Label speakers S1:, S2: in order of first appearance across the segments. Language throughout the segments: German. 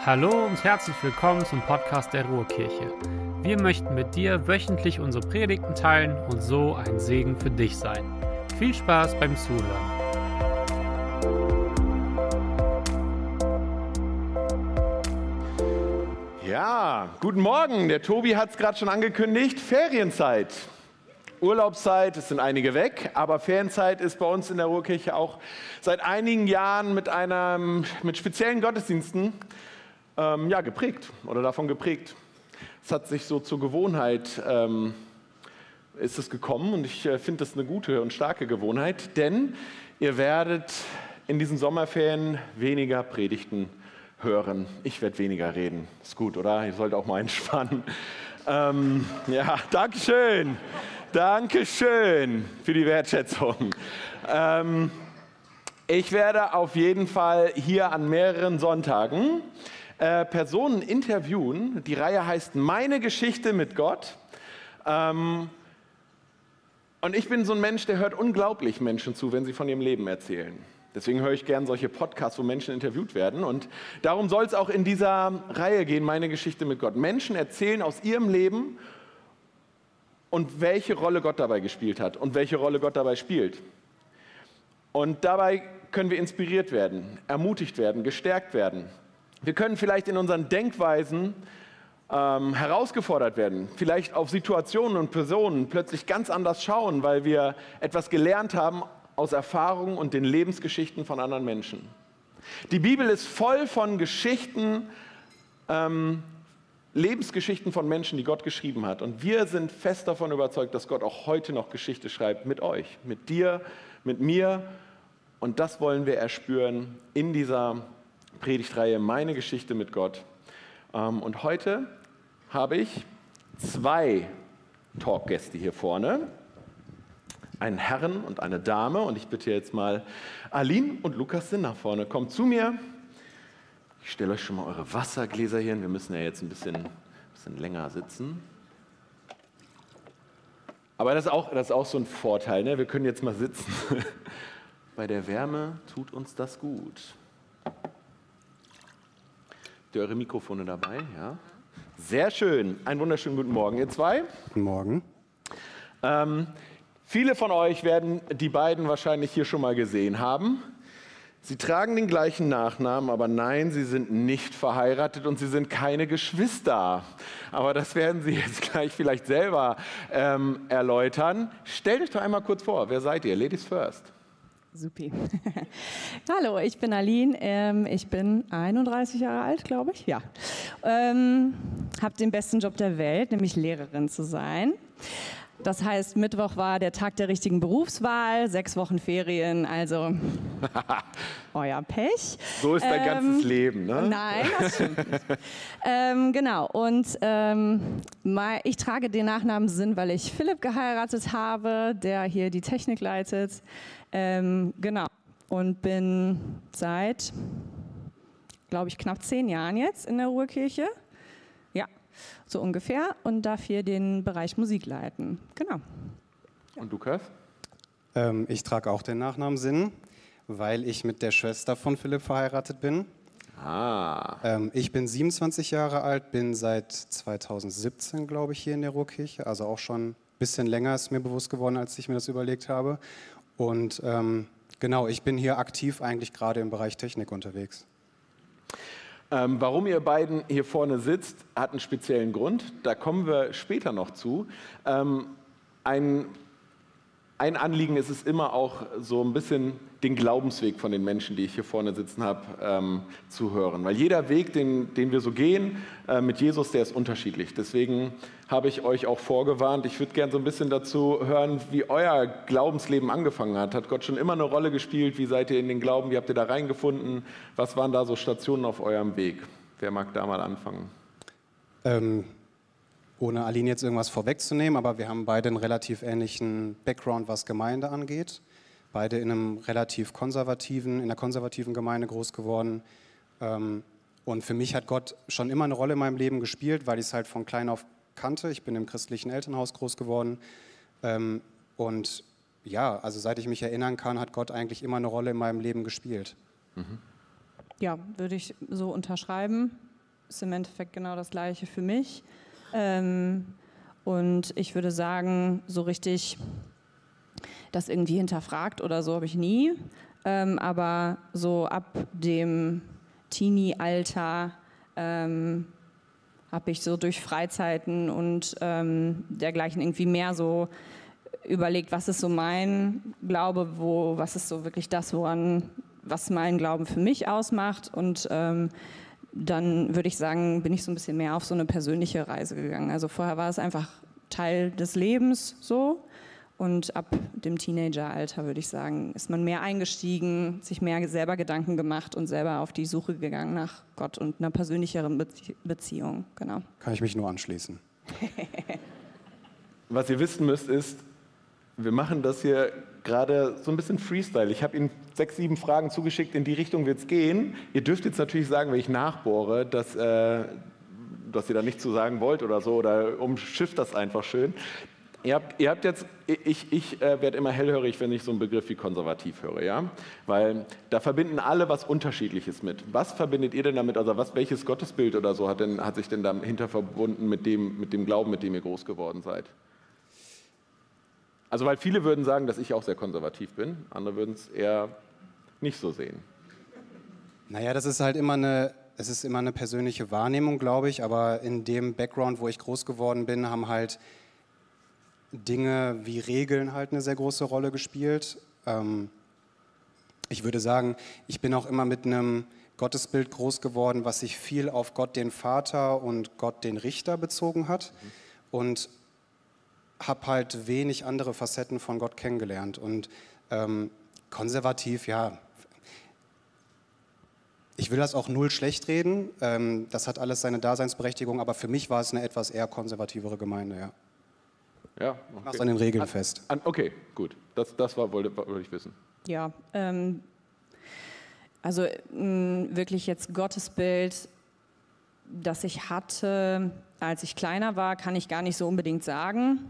S1: Hallo und herzlich willkommen zum Podcast der Ruhrkirche. Wir möchten mit dir wöchentlich unsere Predigten teilen und so ein Segen für dich sein. Viel Spaß beim Zuhören.
S2: Ja, guten Morgen. Der Tobi hat es gerade schon angekündigt. Ferienzeit. Urlaubszeit, es sind einige weg, aber Ferienzeit ist bei uns in der Ruhrkirche auch seit einigen Jahren mit speziellen Gottesdiensten geprägt oder davon geprägt. Es hat sich so zur Gewohnheit ist es gekommen und ich finde das eine gute und starke Gewohnheit, denn ihr werdet in diesen Sommerferien weniger Predigten hören. Ich werde weniger reden. Ist gut, oder? Ihr sollt auch mal entspannen. Dankeschön. Dankeschön für die Wertschätzung. Ich werde auf jeden Fall hier an mehreren Sonntagen Personen interviewen. Die Reihe heißt Meine Geschichte mit Gott. Und ich bin so ein Mensch, der hört unglaublich Menschen zu, wenn sie von ihrem Leben erzählen. Deswegen höre ich gern solche Podcasts, wo Menschen interviewt werden. Und darum soll es auch in dieser Reihe gehen, Meine Geschichte mit Gott. Menschen erzählen aus ihrem Leben und welche Rolle Gott dabei gespielt hat und welche Rolle Gott dabei spielt. Und dabei können wir inspiriert werden, ermutigt werden, gestärkt werden. Wir können vielleicht in unseren Denkweisen herausgefordert werden, vielleicht auf Situationen und Personen plötzlich ganz anders schauen, weil wir etwas gelernt haben aus Erfahrungen und den Lebensgeschichten von anderen Menschen. Die Bibel ist voll von Geschichten, Lebensgeschichten von Menschen, die Gott geschrieben hat. Und wir sind fest davon überzeugt, dass Gott auch heute noch Geschichte schreibt mit euch, mit dir, mit mir. Und das wollen wir erspüren in dieser Predigtreihe Meine Geschichte mit Gott. Und heute habe ich zwei Talkgäste hier vorne. Einen Herrn und eine Dame. Und ich bitte jetzt mal Aline und Lukas sind nach vorne. Kommt zu mir. Ich stelle euch schon mal eure Wassergläser hier hin. Wir müssen ja jetzt ein bisschen länger sitzen. Aber das ist auch so ein Vorteil, ne? Wir können jetzt mal sitzen. Bei der Wärme tut uns das gut. Habt ihr eure Mikrofone dabei? Ja. Sehr schön. Einen wunderschönen guten Morgen, ihr zwei.
S3: Guten Morgen.
S2: Viele von euch werden die beiden wahrscheinlich hier schon mal gesehen haben. Sie tragen den gleichen Nachnamen, aber nein, sie sind nicht verheiratet und sie sind keine Geschwister. Aber das werden sie jetzt gleich vielleicht selber erläutern. Stellt euch doch einmal kurz vor, wer seid ihr? Ladies first.
S4: Supi. Hallo, ich bin Aline. Ich bin 31 Jahre alt, glaube ich. Ja. Habe den besten Job der Welt, nämlich Lehrerin zu sein. Das heißt, Mittwoch war der Tag der richtigen Berufswahl, 6 Wochen Ferien, also euer Pech.
S2: So ist dein ganzes Leben, ne?
S4: Nein, das stimmt nicht. Genau, und ich trage den Nachnamen Sinn, weil ich Philipp geheiratet habe, der hier die Technik leitet. Genau, und bin seit, glaube ich, knapp 10 Jahren jetzt in der Ruhrkirche. Ja, so ungefähr. Und darf hier den Bereich Musik leiten. Genau.
S2: Ja. Und Lukas?
S3: Ich trage auch den Nachnamen Sinn, weil ich mit der Schwester von Philipp verheiratet bin. Ich bin 27 Jahre alt, bin seit 2017, glaube ich, hier in der Ruhrkirche. Also auch schon ein bisschen länger ist mir bewusst geworden, als ich mir das überlegt habe. Und genau, ich bin hier aktiv eigentlich gerade im Bereich Technik unterwegs.
S2: Warum ihr beiden hier vorne sitzt, hat einen speziellen Grund. Da kommen wir später noch zu. Ein Anliegen ist es immer auch, so ein bisschen den Glaubensweg von den Menschen, die ich hier vorne sitzen habe, zu hören. Weil jeder Weg, den wir so gehen mit Jesus, der ist unterschiedlich. Deswegen habe ich euch auch vorgewarnt. Ich würde gerne so ein bisschen dazu hören, wie euer Glaubensleben angefangen hat. Hat Gott schon immer eine Rolle gespielt? Wie seid ihr in den Glauben? Wie habt ihr da reingefunden? Was waren da so Stationen auf eurem Weg? Wer mag da mal anfangen?
S3: Ohne Aline jetzt irgendwas vorwegzunehmen, aber wir haben beide einen relativ ähnlichen Background, was Gemeinde angeht. Beide in einer konservativen Gemeinde groß geworden. Und für mich hat Gott schon immer eine Rolle in meinem Leben gespielt, weil ich es halt von klein auf kannte. Ich bin im christlichen Elternhaus groß geworden. Und ja, also seit ich mich erinnern kann, hat Gott eigentlich immer eine Rolle in meinem Leben gespielt.
S4: Ja, würde ich so unterschreiben. ist im Endeffekt genau das Gleiche für mich. Und ich würde sagen, so richtig das irgendwie hinterfragt oder so habe ich nie. Aber so ab dem Teenie-Alter habe ich so durch Freizeiten und dergleichen irgendwie mehr so überlegt, was ist so mein Glaube, was ist so wirklich das, was mein Glauben für mich ausmacht. Und dann würde ich sagen, bin ich so ein bisschen mehr auf so eine persönliche Reise gegangen. Also vorher war es einfach Teil des Lebens so. Und ab dem Teenageralter, würde ich sagen, ist man mehr eingestiegen, sich mehr selber Gedanken gemacht und selber auf die Suche gegangen nach Gott und einer persönlicheren Beziehung. Genau.
S3: Kann ich mich nur anschließen.
S2: Was ihr wissen müsst ist, wir machen das hier gerade so ein bisschen Freestyle. Ich habe Ihnen 6, 7 Fragen zugeschickt, in die Richtung wird es gehen. Ihr dürft jetzt natürlich sagen, wenn ich nachbohre, dass ihr da nichts zu sagen wollt oder so, oder umschifft das einfach schön. Ihr habt jetzt, ich werde immer hellhörig, wenn ich so einen Begriff wie konservativ höre, ja? Weil da verbinden alle was Unterschiedliches mit. Was verbindet ihr denn damit, also welches Gottesbild oder so hat sich denn dahinter verbunden mit dem Glauben, mit dem ihr groß geworden seid? Also weil viele würden sagen, dass ich auch sehr konservativ bin, andere würden es eher nicht so sehen.
S3: Naja, das ist halt immer eine persönliche Wahrnehmung, glaube ich, aber in dem Background, wo ich groß geworden bin, haben halt Dinge wie Regeln halt eine sehr große Rolle gespielt. Ich würde sagen, ich bin auch immer mit einem Gottesbild groß geworden, was sich viel auf Gott den Vater und Gott den Richter bezogen hat und habe halt wenig andere Facetten von Gott kennengelernt. Und konservativ, ja, ich will das auch null schlecht reden, das hat alles seine Daseinsberechtigung, aber für mich war es eine etwas eher konservativere Gemeinde, ja.
S2: Ja, okay.
S3: Mach's an den Regeln fest.
S2: Okay, gut. Das wollte ich wissen.
S4: Ja, also wirklich jetzt Gottesbild, das ich hatte, als ich kleiner war, kann ich gar nicht so unbedingt sagen.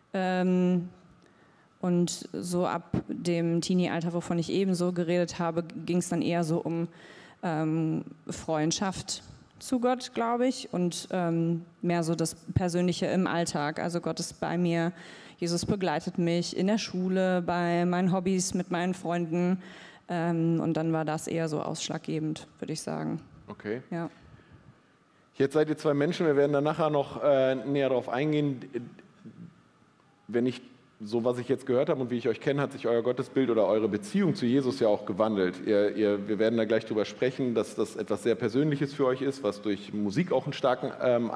S4: Und so ab dem Teenie-Alter, wovon ich eben so geredet habe, ging es dann eher so um Freundschaft zu Gott, glaube ich, und mehr so das Persönliche im Alltag. Also Gott ist bei mir, Jesus begleitet mich in der Schule, bei meinen Hobbys, mit meinen Freunden. Und dann war das eher so ausschlaggebend, würde ich sagen.
S2: Okay.
S4: Ja.
S2: Jetzt seid ihr 2 Menschen, wir werden da nachher noch näher darauf eingehen. Was ich jetzt gehört habe und wie ich euch kenne, hat sich euer Gottesbild oder eure Beziehung zu Jesus ja auch gewandelt. Wir werden da gleich drüber sprechen, dass das etwas sehr Persönliches für euch ist, was durch Musik auch einen starken,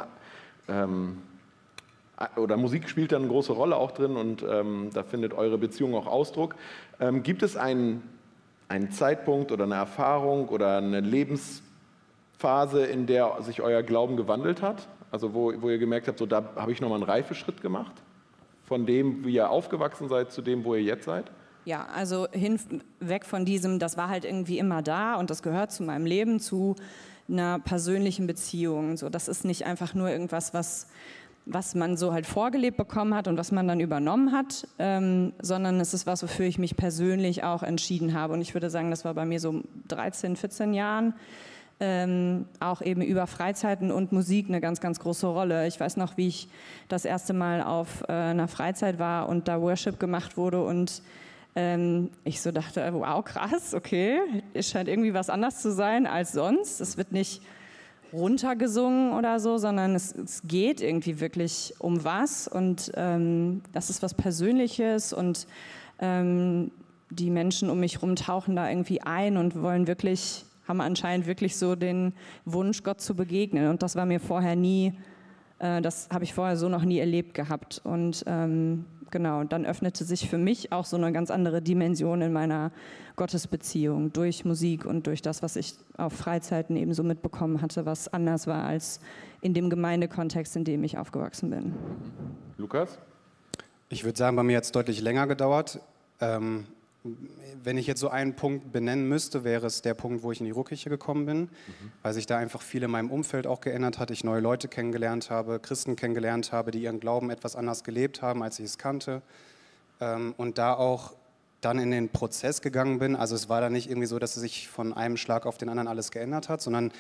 S2: oder Musik spielt da eine große Rolle auch drin und da findet eure Beziehung auch Ausdruck. Gibt es einen Zeitpunkt oder eine Erfahrung oder eine Lebensphase, in der sich euer Glauben gewandelt hat? Also wo ihr gemerkt habt, so da habe ich nochmal einen Reifeschritt gemacht? Von dem, wie ihr aufgewachsen seid, zu dem, wo ihr jetzt seid?
S4: Ja, also weg von diesem, das war halt irgendwie immer da und das gehört zu meinem Leben, zu einer persönlichen Beziehung. So, das ist nicht einfach nur irgendwas, was man so halt vorgelebt bekommen hat und was man dann übernommen hat, sondern es ist was, wofür ich mich persönlich auch entschieden habe. Und ich würde sagen, das war bei mir so 13, 14 Jahren. Auch eben über Freizeiten und Musik eine ganz, ganz große Rolle. Ich weiß noch, wie ich das erste Mal auf einer Freizeit war und da Worship gemacht wurde und ich so dachte, wow, krass, okay, es scheint irgendwie was anders zu sein als sonst. Es wird nicht runtergesungen oder so, sondern es geht irgendwie wirklich um was und das ist was Persönliches und die Menschen um mich herum tauchen da irgendwie ein und haben anscheinend wirklich so den Wunsch, Gott zu begegnen. Und das war mir vorher das habe ich vorher so noch nie erlebt gehabt. Und genau, dann öffnete sich für mich auch so eine ganz andere Dimension in meiner Gottesbeziehung durch Musik und durch das, was ich auf Freizeiten eben so mitbekommen hatte, was anders war als in dem Gemeindekontext, in dem ich aufgewachsen bin.
S2: Lukas?
S3: Ich würde sagen, bei mir hat es deutlich länger gedauert. Wenn ich jetzt so einen Punkt benennen müsste, wäre es der Punkt, wo ich in die Ruhrkirche gekommen bin, weil sich da einfach viel in meinem Umfeld auch geändert hat, ich neue Leute kennengelernt habe, Christen kennengelernt habe, die ihren Glauben etwas anders gelebt haben, als ich es kannte und da auch dann in den Prozess gegangen bin. Also es war da nicht irgendwie so, dass es sich von einem Schlag auf den anderen alles geändert hat, sondern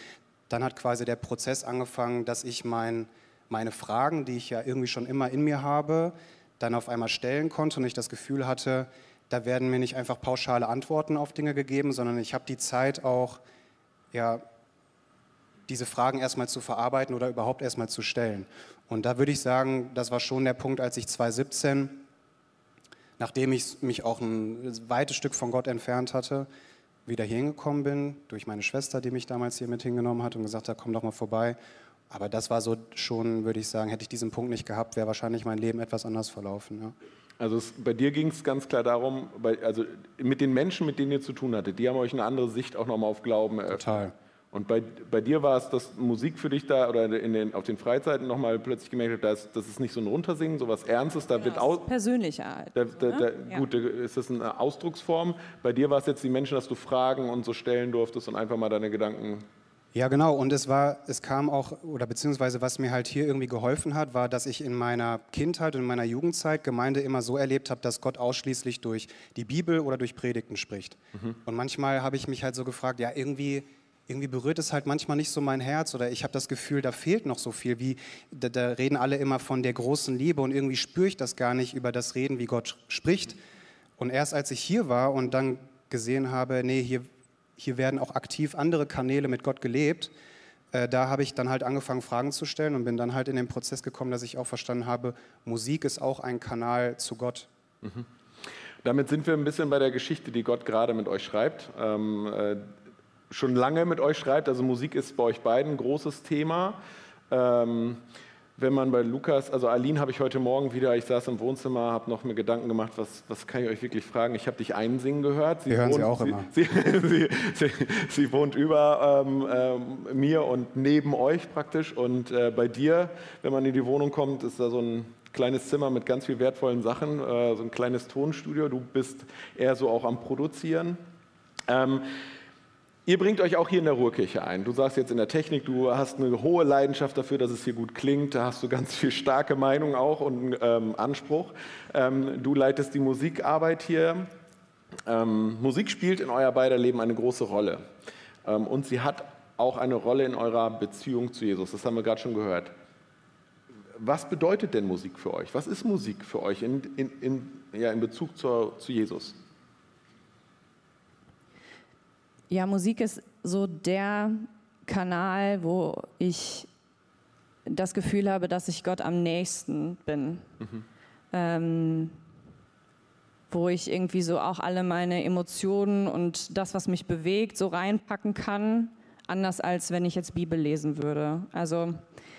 S3: dann hat quasi der Prozess angefangen, dass ich meine Fragen, die ich ja irgendwie schon immer in mir habe, dann auf einmal stellen konnte und ich das Gefühl hatte, da werden mir nicht einfach pauschale Antworten auf Dinge gegeben, sondern ich habe die Zeit auch, ja, diese Fragen erstmal zu verarbeiten oder überhaupt erstmal zu stellen. Und da würde ich sagen, das war schon der Punkt, als ich 2017, nachdem ich mich auch ein weites Stück von Gott entfernt hatte, wieder hier hingekommen bin, durch meine Schwester, die mich damals hier mit hingenommen hat und gesagt hat, komm doch mal vorbei. Aber das war so schon, würde ich sagen, hätte ich diesen Punkt nicht gehabt, wäre wahrscheinlich mein Leben etwas anders verlaufen. Ja.
S2: Also bei dir ging es ganz klar darum, also mit den Menschen, mit denen ihr zu tun hattet, die haben euch eine andere Sicht auch nochmal auf Glauben eröffnet.
S3: Total.
S2: Und bei dir war es, dass Musik für dich da oder auf den Freizeiten nochmal plötzlich gemerkt hat, das ist nicht so ein Runtersingen, so was Ernstes, da wird auch
S4: persönlicher halt.
S2: Gut, ist das eine Ausdrucksform? Bei dir war es jetzt die Menschen, dass du Fragen und so stellen durftest und einfach mal deine Gedanken.
S3: Ja, genau. Und es kam auch, oder beziehungsweise was mir halt hier irgendwie geholfen hat, war, dass ich in meiner Kindheit und in meiner Jugendzeit Gemeinde immer so erlebt habe, dass Gott ausschließlich durch die Bibel oder durch Predigten spricht. Und manchmal habe ich mich halt so gefragt, ja, irgendwie berührt es halt manchmal nicht so mein Herz oder ich habe das Gefühl, da fehlt noch so viel. Da reden alle immer von der großen Liebe und irgendwie spüre ich das gar nicht über das Reden, wie Gott spricht. Und erst als ich hier war und dann gesehen habe, nee, hier werden auch aktiv andere Kanäle mit Gott gelebt, da habe ich dann halt angefangen, Fragen zu stellen und bin dann halt in den Prozess gekommen, dass ich auch verstanden habe, Musik ist auch ein Kanal zu Gott.
S2: Mhm. Damit sind wir ein bisschen bei der Geschichte, die Gott gerade mit euch schreibt. Schon lange mit euch schreibt, also Musik ist bei euch beiden ein großes Thema. Wenn man bei Lukas, also Aline habe ich heute Morgen wieder, ich saß im Wohnzimmer, habe noch mir Gedanken gemacht, was kann ich euch wirklich fragen? Ich habe dich einsingen gehört.
S3: Wir hören sie auch immer.
S2: Sie wohnt über mir und neben euch praktisch und bei dir, wenn man in die Wohnung kommt, ist da so ein kleines Zimmer mit ganz viel wertvollen Sachen, so ein kleines Tonstudio. Du bist eher so auch am Produzieren. Ihr bringt euch auch hier in der Ruhrkirche ein. Du sagst jetzt in der Technik, du hast eine hohe Leidenschaft dafür, dass es hier gut klingt. Da hast du ganz viel starke Meinung auch und Anspruch. Du leitest die Musikarbeit hier. Musik spielt in euer beider Leben eine große Rolle. Und sie hat auch eine Rolle in eurer Beziehung zu Jesus. Das haben wir gerade schon gehört. Was bedeutet denn Musik für euch? Was ist Musik für euch in Bezug zu Jesus?
S4: Ja, Musik ist so der Kanal, wo ich das Gefühl habe, dass ich Gott am nächsten bin. Wo ich irgendwie so auch alle meine Emotionen und das, was mich bewegt, so reinpacken kann, anders als wenn ich jetzt Bibel lesen würde. Also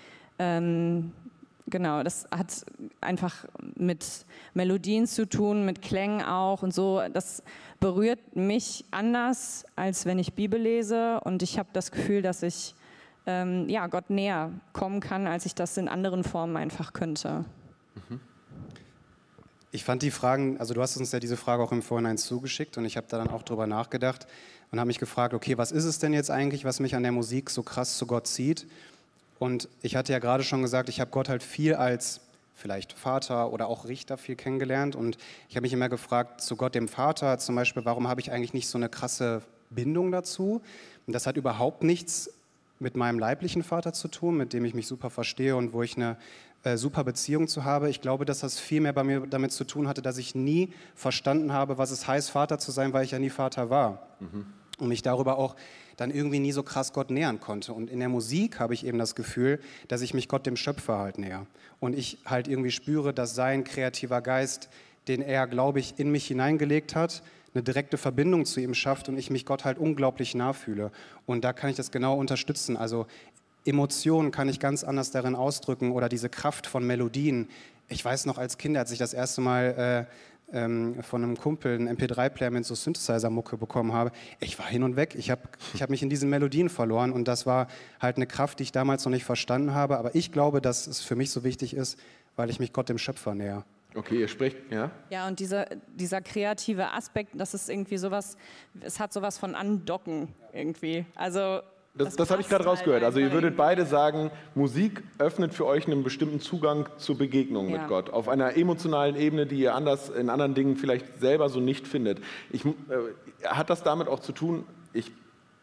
S4: genau, das hat einfach mit Melodien zu tun, mit Klängen auch und so. Das berührt mich anders, als wenn ich Bibel lese. Und ich habe das Gefühl, dass ich Gott näher kommen kann, als ich das in anderen Formen einfach könnte.
S3: Ich fand die Fragen, also du hast uns ja diese Frage auch im Vorhinein zugeschickt und ich habe da dann auch drüber nachgedacht und habe mich gefragt, okay, was ist es denn jetzt eigentlich, was mich an der Musik so krass zu Gott zieht? Und ich hatte ja gerade schon gesagt, ich habe Gott halt viel als vielleicht Vater oder auch Richter viel kennengelernt und ich habe mich immer gefragt, zu Gott dem Vater zum Beispiel, warum habe ich eigentlich nicht so eine krasse Bindung dazu? Und das hat überhaupt nichts mit meinem leiblichen Vater zu tun, mit dem ich mich super verstehe und wo ich eine super Beziehung zu habe. Ich glaube, dass das viel mehr bei mir damit zu tun hatte, dass ich nie verstanden habe, was es heißt, Vater zu sein, weil ich ja nie Vater war. Und mich darüber auch dann irgendwie nie so krass Gott nähern konnte. Und in der Musik habe ich eben das Gefühl, dass ich mich Gott dem Schöpfer halt näher. Und ich halt irgendwie spüre, dass sein kreativer Geist, den er, glaube ich, in mich hineingelegt hat, eine direkte Verbindung zu ihm schafft und ich mich Gott halt unglaublich nah fühle. Und da kann ich das genau unterstützen. Also Emotionen kann ich ganz anders darin ausdrücken oder diese Kraft von Melodien. Ich weiß noch als Kind, als ich das erste Mal von einem Kumpel einen MP3-Player mit so Synthesizer-Mucke bekommen habe, ich war hin und weg. Ich hab mich in diesen Melodien verloren und das war halt eine Kraft, die ich damals noch nicht verstanden habe. Aber ich glaube, dass es für mich so wichtig ist, weil ich mich Gott dem Schöpfer näher.
S2: Okay, ihr sprecht, ja?
S4: Ja, und dieser kreative Aspekt, das ist irgendwie sowas, es hat sowas von Andocken irgendwie. Also
S2: Das habe ich gerade rausgehört. Also ihr würdet beide sagen, Musik öffnet für euch einen bestimmten Zugang zur Begegnung mit Gott. Auf einer emotionalen Ebene, die ihr in anderen Dingen vielleicht selber so nicht findet. Hat das damit auch zu tun, ich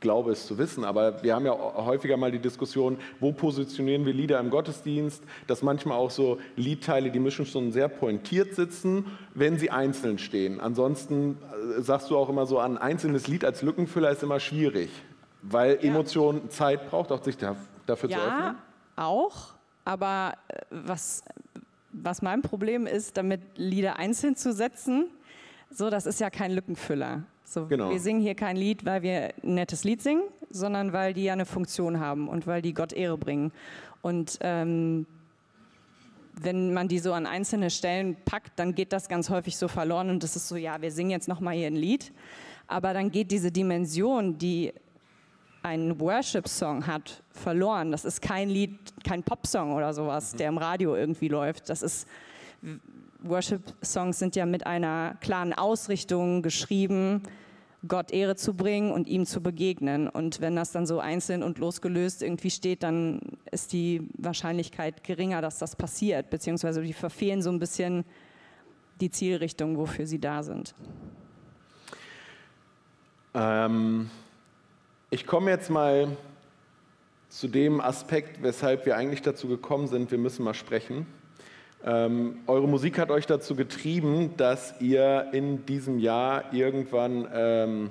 S2: glaube es zu wissen, aber wir haben ja häufiger mal die Diskussion, wo positionieren wir Lieder im Gottesdienst, dass manchmal auch so Liedteile, die Mischungsstunden sehr pointiert sitzen, wenn sie einzeln stehen. Ansonsten sagst du auch immer so, ein einzelnes Lied als Lückenfüller ist immer schwierig, weil Emotion Zeit braucht, auch sich dafür zu öffnen.
S4: Ja, auch, aber was mein Problem ist, damit Lieder einzeln zu setzen, so, das ist ja kein Lückenfüller. So,
S2: genau.
S4: Wir singen hier kein Lied, weil wir ein nettes Lied singen, sondern weil die ja eine Funktion haben und weil die Gott Ehre bringen. Und wenn man die so an einzelne Stellen packt, dann geht das ganz häufig so verloren und das ist so, ja, wir singen jetzt nochmal hier ein Lied, aber dann geht diese Dimension, die ein Worship-Song hat, verloren. Das ist kein Lied, kein Pop-Song oder sowas, der im Radio irgendwie läuft. Das ist Worship-Songs sind ja mit einer klaren Ausrichtung geschrieben, Gott Ehre zu bringen und ihm zu begegnen. Und wenn das dann so einzeln und losgelöst irgendwie steht, dann ist die Wahrscheinlichkeit geringer, dass das passiert, beziehungsweise die verfehlen so ein bisschen die Zielrichtung, wofür sie da sind.
S2: Ich komme jetzt mal zu dem Aspekt, weshalb wir eigentlich dazu gekommen sind, wir müssen mal sprechen. Eure Musik hat euch dazu getrieben, dass ihr in diesem Jahr irgendwann,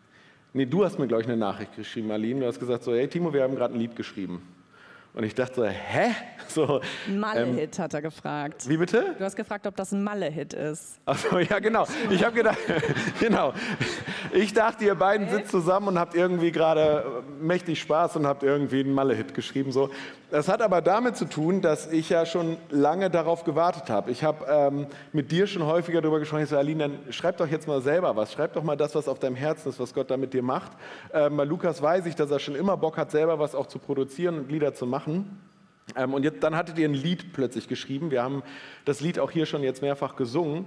S2: du hast mir, glaube ich, eine Nachricht geschrieben, Aline, du hast gesagt so, hey Timo, wir haben gerade ein Lied geschrieben. Und ich dachte so, hä? So,
S4: Malle-Hit hat er gefragt.
S2: Wie bitte?
S4: Du hast gefragt, ob das ein Malle-Hit ist.
S2: Achso, ja genau. Ich habe gedacht, genau. Ich dachte, ihr beiden sitzt zusammen und habt irgendwie gerade mächtig Spaß und habt irgendwie einen Malle-Hit geschrieben. So. Das hat aber damit zu tun, dass ich ja schon lange darauf gewartet habe. Ich habe mit dir schon häufiger darüber gesprochen. Ich so, Aline, dann schreib doch jetzt mal selber was. Schreib doch mal das, was auf deinem Herzen ist, was Gott da mit dir macht. Bei Lukas weiß ich, dass er schon immer Bock hat, selber was auch zu produzieren und Lieder zu machen. Und dann hattet ihr ein Lied plötzlich geschrieben. Wir haben das Lied auch hier schon jetzt mehrfach gesungen.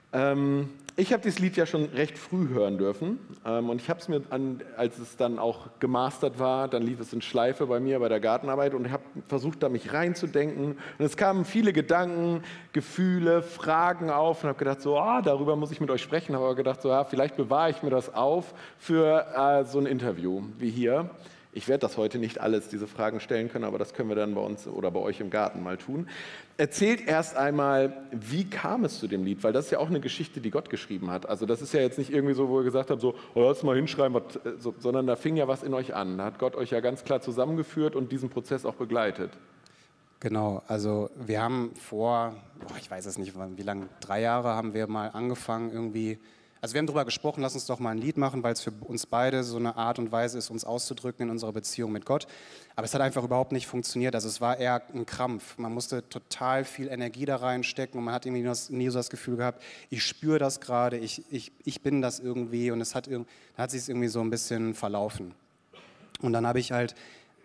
S2: Ich habe dieses Lied ja schon recht früh hören dürfen. Und ich habe es mir, als es dann auch gemastert war, dann lief es in Schleife bei mir bei der Gartenarbeit und habe versucht, da mich reinzudenken. Und es kamen viele Gedanken, Gefühle, Fragen auf und habe gedacht, so, darüber muss ich mit euch sprechen. Habe aber gedacht, so, vielleicht bewahre ich mir das auf für so ein Interview wie hier. Ich werde das heute nicht alles, diese Fragen stellen können, aber das können wir dann bei uns oder bei euch im Garten mal tun. Erzählt erst einmal, wie kam es zu dem Lied? Weil das ist ja auch eine Geschichte, die Gott geschrieben hat. Also das ist ja jetzt nicht irgendwie so, wo ihr gesagt habt, so, lass mal hinschreiben, sondern da fing ja was in euch an. Da hat Gott euch ja ganz klar zusammengeführt und diesen Prozess auch begleitet.
S3: Genau, also wir haben vor, ich weiß es nicht, wie lange, 3 Jahre haben wir mal angefangen irgendwie. Also wir haben darüber gesprochen, lass uns doch mal ein Lied machen, weil es für uns beide so eine Art und Weise ist, uns auszudrücken in unserer Beziehung mit Gott. Aber es hat einfach überhaupt nicht funktioniert. Also es war eher ein Krampf. Man musste total viel Energie da reinstecken und man hat irgendwie nie so das Gefühl gehabt, ich spüre das gerade, ich bin das irgendwie und da hat sich irgendwie so ein bisschen verlaufen. Und dann habe ich halt,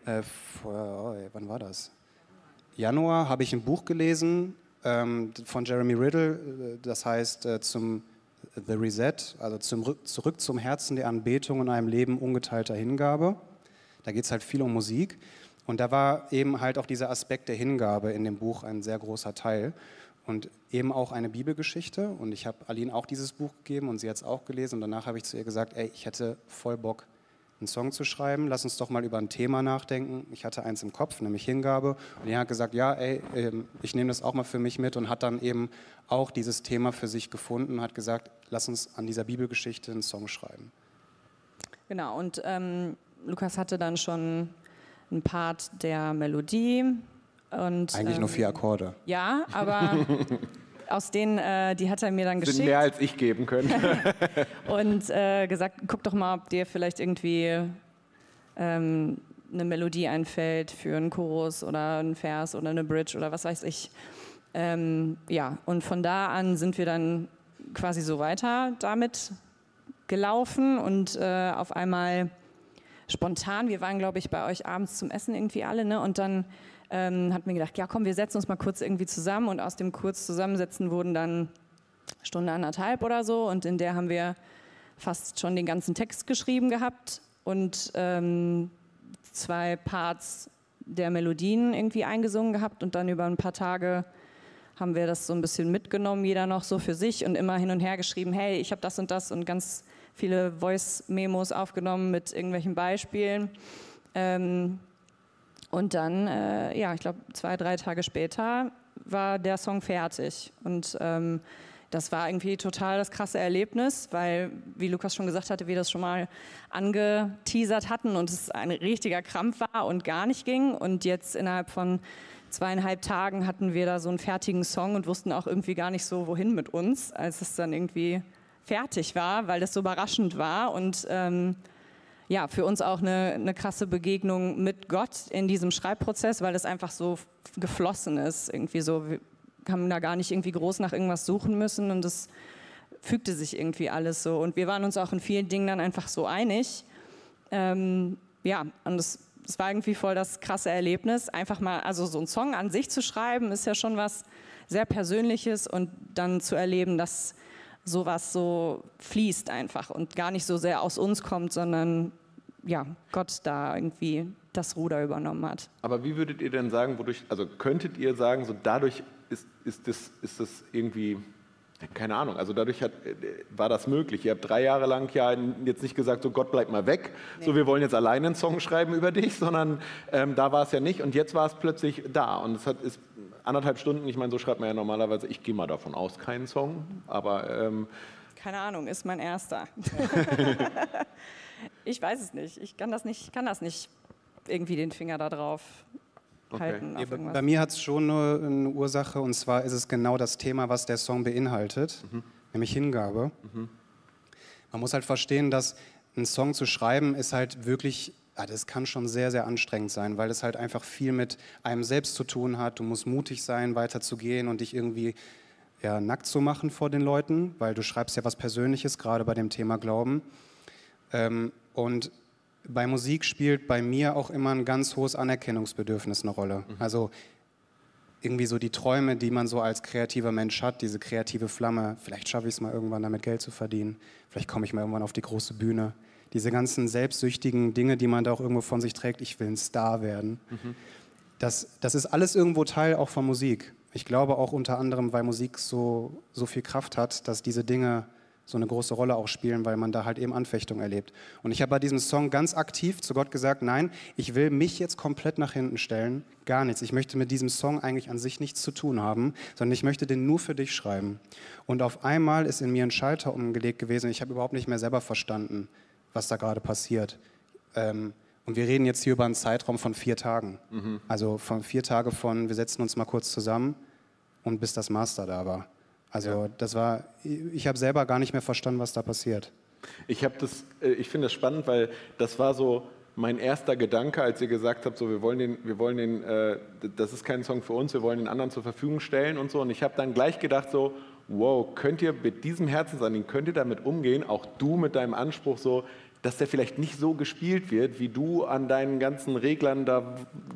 S3: wann war das? Januar habe ich ein Buch gelesen von Jeremy Riddle, das heißt The Reset, also zurück zum Herzen der Anbetung und einem Leben ungeteilter Hingabe. Da geht es halt viel um Musik. Und da war eben halt auch dieser Aspekt der Hingabe in dem Buch ein sehr großer Teil. Und eben auch eine Bibelgeschichte. Und ich habe Aline auch dieses Buch gegeben und sie hat es auch gelesen. Und danach habe ich zu ihr gesagt, ich hätte voll Bock, einen Song zu schreiben. Lass uns doch mal über ein Thema nachdenken. Ich hatte eins im Kopf, nämlich Hingabe. Und er hat gesagt, ich nehme das auch mal für mich mit und hat dann eben auch dieses Thema für sich gefunden und hat gesagt, lass uns an dieser Bibelgeschichte einen Song schreiben.
S4: Genau, und Lukas hatte dann schon einen Part der Melodie. Und,
S3: eigentlich nur 4 Akkorde.
S4: Ja, aber aus denen, die hat er mir dann geschickt.
S2: Sind mehr als ich geben können.
S4: Und gesagt, guck doch mal, ob dir vielleicht irgendwie eine Melodie einfällt für einen Chorus oder einen Vers oder eine Bridge oder was weiß ich. Und von da an sind wir dann quasi so weiter damit gelaufen und auf einmal spontan, wir waren, glaube ich, bei euch abends zum Essen irgendwie alle, ne? Und dann hatten wir gedacht, ja komm, wir setzen uns mal kurz irgendwie zusammen und aus dem kurz Zusammensetzen wurden dann Stunde, 1,5 oder so und in der haben wir fast schon den ganzen Text geschrieben gehabt und 2 Parts der Melodien irgendwie eingesungen gehabt und dann über ein paar Tage haben wir das so ein bisschen mitgenommen, jeder noch so für sich und immer hin und her geschrieben, hey, ich habe das und ganz viele Voice-Memos aufgenommen mit irgendwelchen Beispielen. Und dann, ich glaube 2-3 Tage später war der Song fertig. Und das war irgendwie total das krasse Erlebnis, weil, wie Lukas schon gesagt hatte, wir das schon mal angeteasert hatten und es ein richtiger Krampf war und gar nicht ging. Und jetzt innerhalb von 2,5 Tagen hatten wir da so einen fertigen Song und wussten auch irgendwie gar nicht so, wohin mit uns, als es dann irgendwie fertig war, weil das so überraschend war. Und für uns auch eine krasse Begegnung mit Gott in diesem Schreibprozess, weil es einfach so geflossen ist, irgendwie so. Wir haben da gar nicht irgendwie groß nach irgendwas suchen müssen und es fügte sich irgendwie alles so. Und wir waren uns auch in vielen Dingen dann einfach so einig. Und es war irgendwie voll das krasse Erlebnis. Einfach mal, also so einen Song an sich zu schreiben, ist ja schon was sehr Persönliches und dann zu erleben, dass sowas so fließt einfach und gar nicht so sehr aus uns kommt, sondern Gott da irgendwie das Ruder übernommen hat.
S2: Aber wie würdet ihr denn sagen, könntet ihr sagen, so dadurch ist das irgendwie, keine Ahnung, also dadurch war das möglich. Ihr habt 3 Jahre lang ja jetzt nicht gesagt, so Gott bleib mal weg, nee. So wir wollen jetzt alleine einen Song schreiben über dich, sondern da war es ja nicht und jetzt war es plötzlich da und es ist 1,5 Stunden, ich meine, so schreibt man ja normalerweise, ich gehe mal davon aus, keinen Song, aber...
S4: keine Ahnung, ist mein erster. Ich weiß es nicht, ich kann das nicht irgendwie den Finger da drauf halten.
S3: Okay. Bei mir hat es schon nur eine Ursache und zwar ist es genau das Thema, was der Song beinhaltet, nämlich Hingabe. Man muss halt verstehen, dass einen Song zu schreiben ist halt wirklich, das kann schon sehr, sehr anstrengend sein, weil es halt einfach viel mit einem selbst zu tun hat. Du musst mutig sein, weiterzugehen und dich irgendwie nackt zu machen vor den Leuten, weil du schreibst ja was Persönliches, gerade bei dem Thema Glauben. Und bei Musik spielt bei mir auch immer ein ganz hohes Anerkennungsbedürfnis eine Rolle. Also irgendwie so die Träume, die man so als kreativer Mensch hat, diese kreative Flamme, vielleicht schaffe ich es mal irgendwann damit Geld zu verdienen, vielleicht komme ich mal irgendwann auf die große Bühne. Diese ganzen selbstsüchtigen Dinge, die man da auch irgendwo von sich trägt, ich will ein Star werden. Das ist alles irgendwo Teil auch von Musik. Ich glaube auch unter anderem, weil Musik so viel Kraft hat, dass diese Dinge so eine große Rolle auch spielen, weil man da halt eben Anfechtung erlebt. Und ich habe bei diesem Song ganz aktiv zu Gott gesagt, nein, ich will mich jetzt komplett nach hinten stellen, gar nichts. Ich möchte mit diesem Song eigentlich an sich nichts zu tun haben, sondern ich möchte den nur für dich schreiben. Und auf einmal ist in mir ein Schalter umgelegt gewesen. Ich habe überhaupt nicht mehr selber verstanden, was da gerade passiert. Und wir reden jetzt hier über einen Zeitraum von 4 Tagen. Also von 4 Tage wir setzen uns mal kurz zusammen und bis das Master da war. Also ich habe selber gar nicht mehr verstanden, was da passiert.
S2: Ich finde das spannend, weil das war so mein erster Gedanke, als ihr gesagt habt, so wir wollen den, das ist kein Song für uns, wir wollen den anderen zur Verfügung stellen und so. Und ich habe dann gleich gedacht so, wow, könnt ihr mit diesem Herzensanliegen, könnt ihr damit umgehen, auch du mit deinem Anspruch so, dass der vielleicht nicht so gespielt wird, wie du an deinen ganzen Reglern da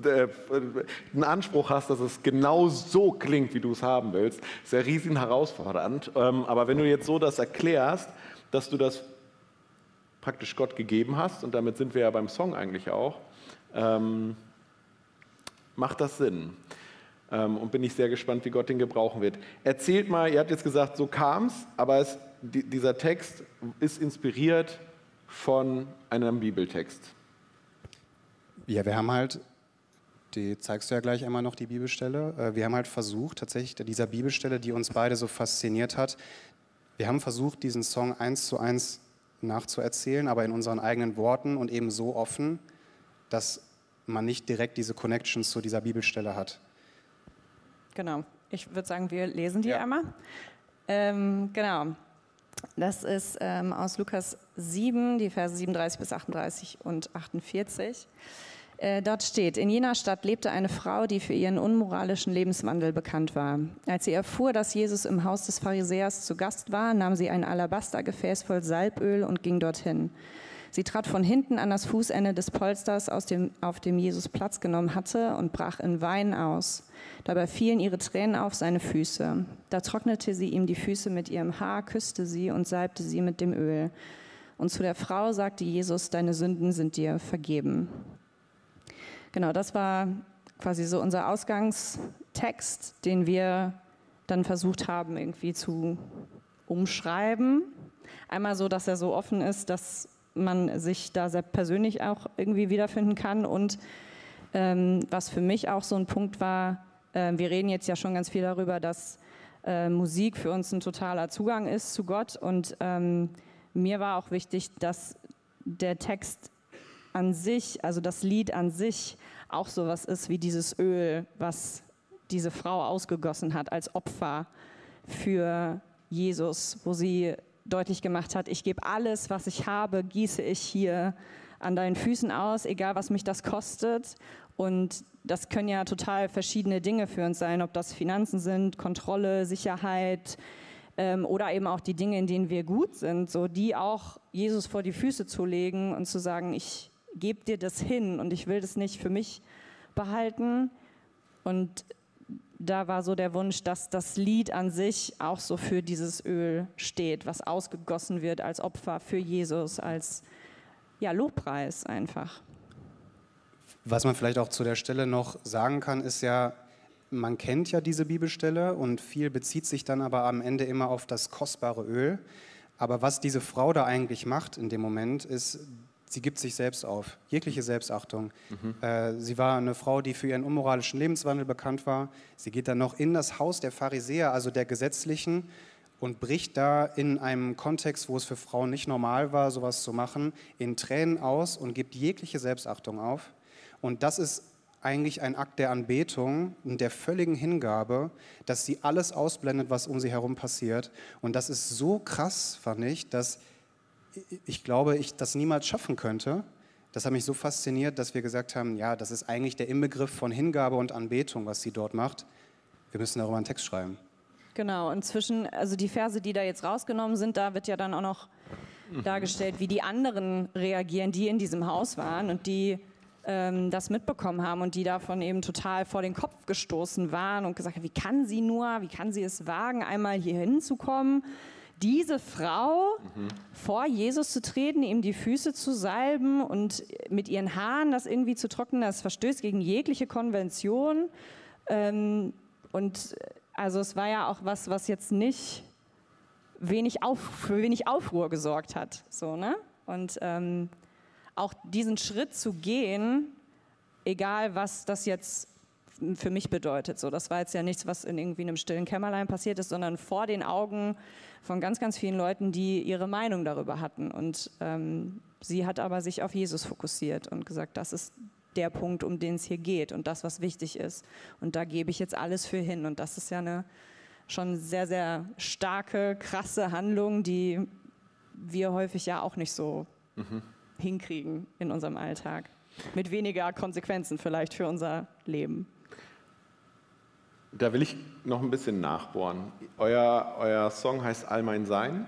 S2: einen Anspruch hast, dass es genau so klingt, wie du es haben willst. Sehr riesig herausfordernd. Aber wenn du jetzt so das erklärst, dass du das praktisch Gott gegeben hast, und damit sind wir ja beim Song eigentlich auch, macht das Sinn. Und bin ich sehr gespannt, wie Gott den gebrauchen wird. Erzählt mal, ihr habt jetzt gesagt, so kam es, aber dieser Text ist inspiriert von einem Bibeltext.
S3: Ja, wir haben halt, die zeigst du ja gleich einmal noch, die Bibelstelle. Wir haben halt versucht, tatsächlich dieser Bibelstelle, die uns beide so fasziniert hat, wir haben versucht, diesen Song 1:1 nachzuerzählen, aber in unseren eigenen Worten und eben so offen, dass man nicht direkt diese Connections zu dieser Bibelstelle hat.
S4: Genau, ich würde sagen, wir lesen die einmal. Genau. Das ist aus Lukas 7, die Verse 37 bis 38 und 48. Dort steht, in jener Stadt lebte eine Frau, die für ihren unmoralischen Lebenswandel bekannt war. Als sie erfuhr, dass Jesus im Haus des Pharisäers zu Gast war, nahm sie ein Alabastergefäß voll Salböl und ging dorthin. Sie trat von hinten an das Fußende des Polsters, auf dem Jesus Platz genommen hatte, und brach in Weinen aus. Dabei fielen ihre Tränen auf seine Füße. Da trocknete sie ihm die Füße mit ihrem Haar, küsste sie und salbte sie mit dem Öl. Und zu der Frau sagte Jesus, deine Sünden sind dir vergeben. Genau, das war quasi so unser Ausgangstext, den wir dann versucht haben, irgendwie zu umschreiben. Einmal so, dass er so offen ist, dass man sich da sehr persönlich auch irgendwie wiederfinden kann. Und was für mich auch so ein Punkt war, wir reden jetzt ja schon ganz viel darüber, dass Musik für uns ein totaler Zugang ist zu Gott. Und mir war auch wichtig, dass der Text an sich, also das Lied an sich, auch sowas ist wie dieses Öl, was diese Frau ausgegossen hat als Opfer für Jesus, wo sie deutlich gemacht hat, ich gebe alles, was ich habe, gieße ich hier an deinen Füßen aus, egal was mich das kostet. Und das können ja total verschiedene Dinge für uns sein, ob das Finanzen sind, Kontrolle, Sicherheit oder eben auch die Dinge, in denen wir gut sind, so die auch Jesus vor die Füße zu legen und zu sagen, ich gebe dir das hin und ich will das nicht für mich behalten. Und da war so der Wunsch, dass das Lied an sich auch so für dieses Öl steht, was ausgegossen wird als Opfer für Jesus, als Lobpreis einfach.
S3: Was man vielleicht auch zu der Stelle noch sagen kann, ist ja, man kennt ja diese Bibelstelle und viel bezieht sich dann aber am Ende immer auf das kostbare Öl. Aber was diese Frau da eigentlich macht in dem Moment, ist, sie gibt sich selbst auf, jegliche Selbstachtung. Sie war eine Frau, die für ihren unmoralischen Lebenswandel bekannt war. Sie geht dann noch in das Haus der Pharisäer, also der Gesetzlichen, und bricht da in einem Kontext, wo es für Frauen nicht normal war, sowas zu machen, in Tränen aus und gibt jegliche Selbstachtung auf. Und das ist eigentlich ein Akt der Anbetung und der völligen Hingabe, dass sie alles ausblendet, was um sie herum passiert. Und das ist so krass, fand ich, dass ich glaube, ich das niemals schaffen könnte. Das hat mich so fasziniert, dass wir gesagt haben, ja, das ist eigentlich der Inbegriff von Hingabe und Anbetung, was sie dort macht. Wir müssen darüber einen Text schreiben.
S4: Genau, und also die Verse, die da jetzt rausgenommen sind, da wird ja dann auch noch dargestellt, wie die anderen reagieren, die in diesem Haus waren und die das mitbekommen haben und die davon eben total vor den Kopf gestoßen waren und gesagt haben, wie kann sie es wagen, einmal hier hinzukommen, diese Frau vor Jesus zu treten, ihm die Füße zu salben und mit ihren Haaren das irgendwie zu trocknen, das verstößt gegen jegliche Konvention. Und also es war ja auch was jetzt nicht für wenig Aufruhr gesorgt hat. So, ne? Und auch diesen Schritt zu gehen, egal was das jetzt für mich bedeutet. So, das war jetzt ja nichts, was in irgendwie einem stillen Kämmerlein passiert ist, sondern vor den Augen von ganz, ganz vielen Leuten, die ihre Meinung darüber hatten. Und sie hat aber sich auf Jesus fokussiert und gesagt, das ist der Punkt, um den es hier geht und das, was wichtig ist. Und da gebe ich jetzt alles für hin. Und das ist ja eine schon sehr, sehr starke, krasse Handlung, die wir häufig ja auch nicht so hinkriegen in unserem Alltag. Mit weniger Konsequenzen vielleicht für unser Leben.
S2: Da will ich noch ein bisschen nachbohren. Euer Song heißt All mein Sein.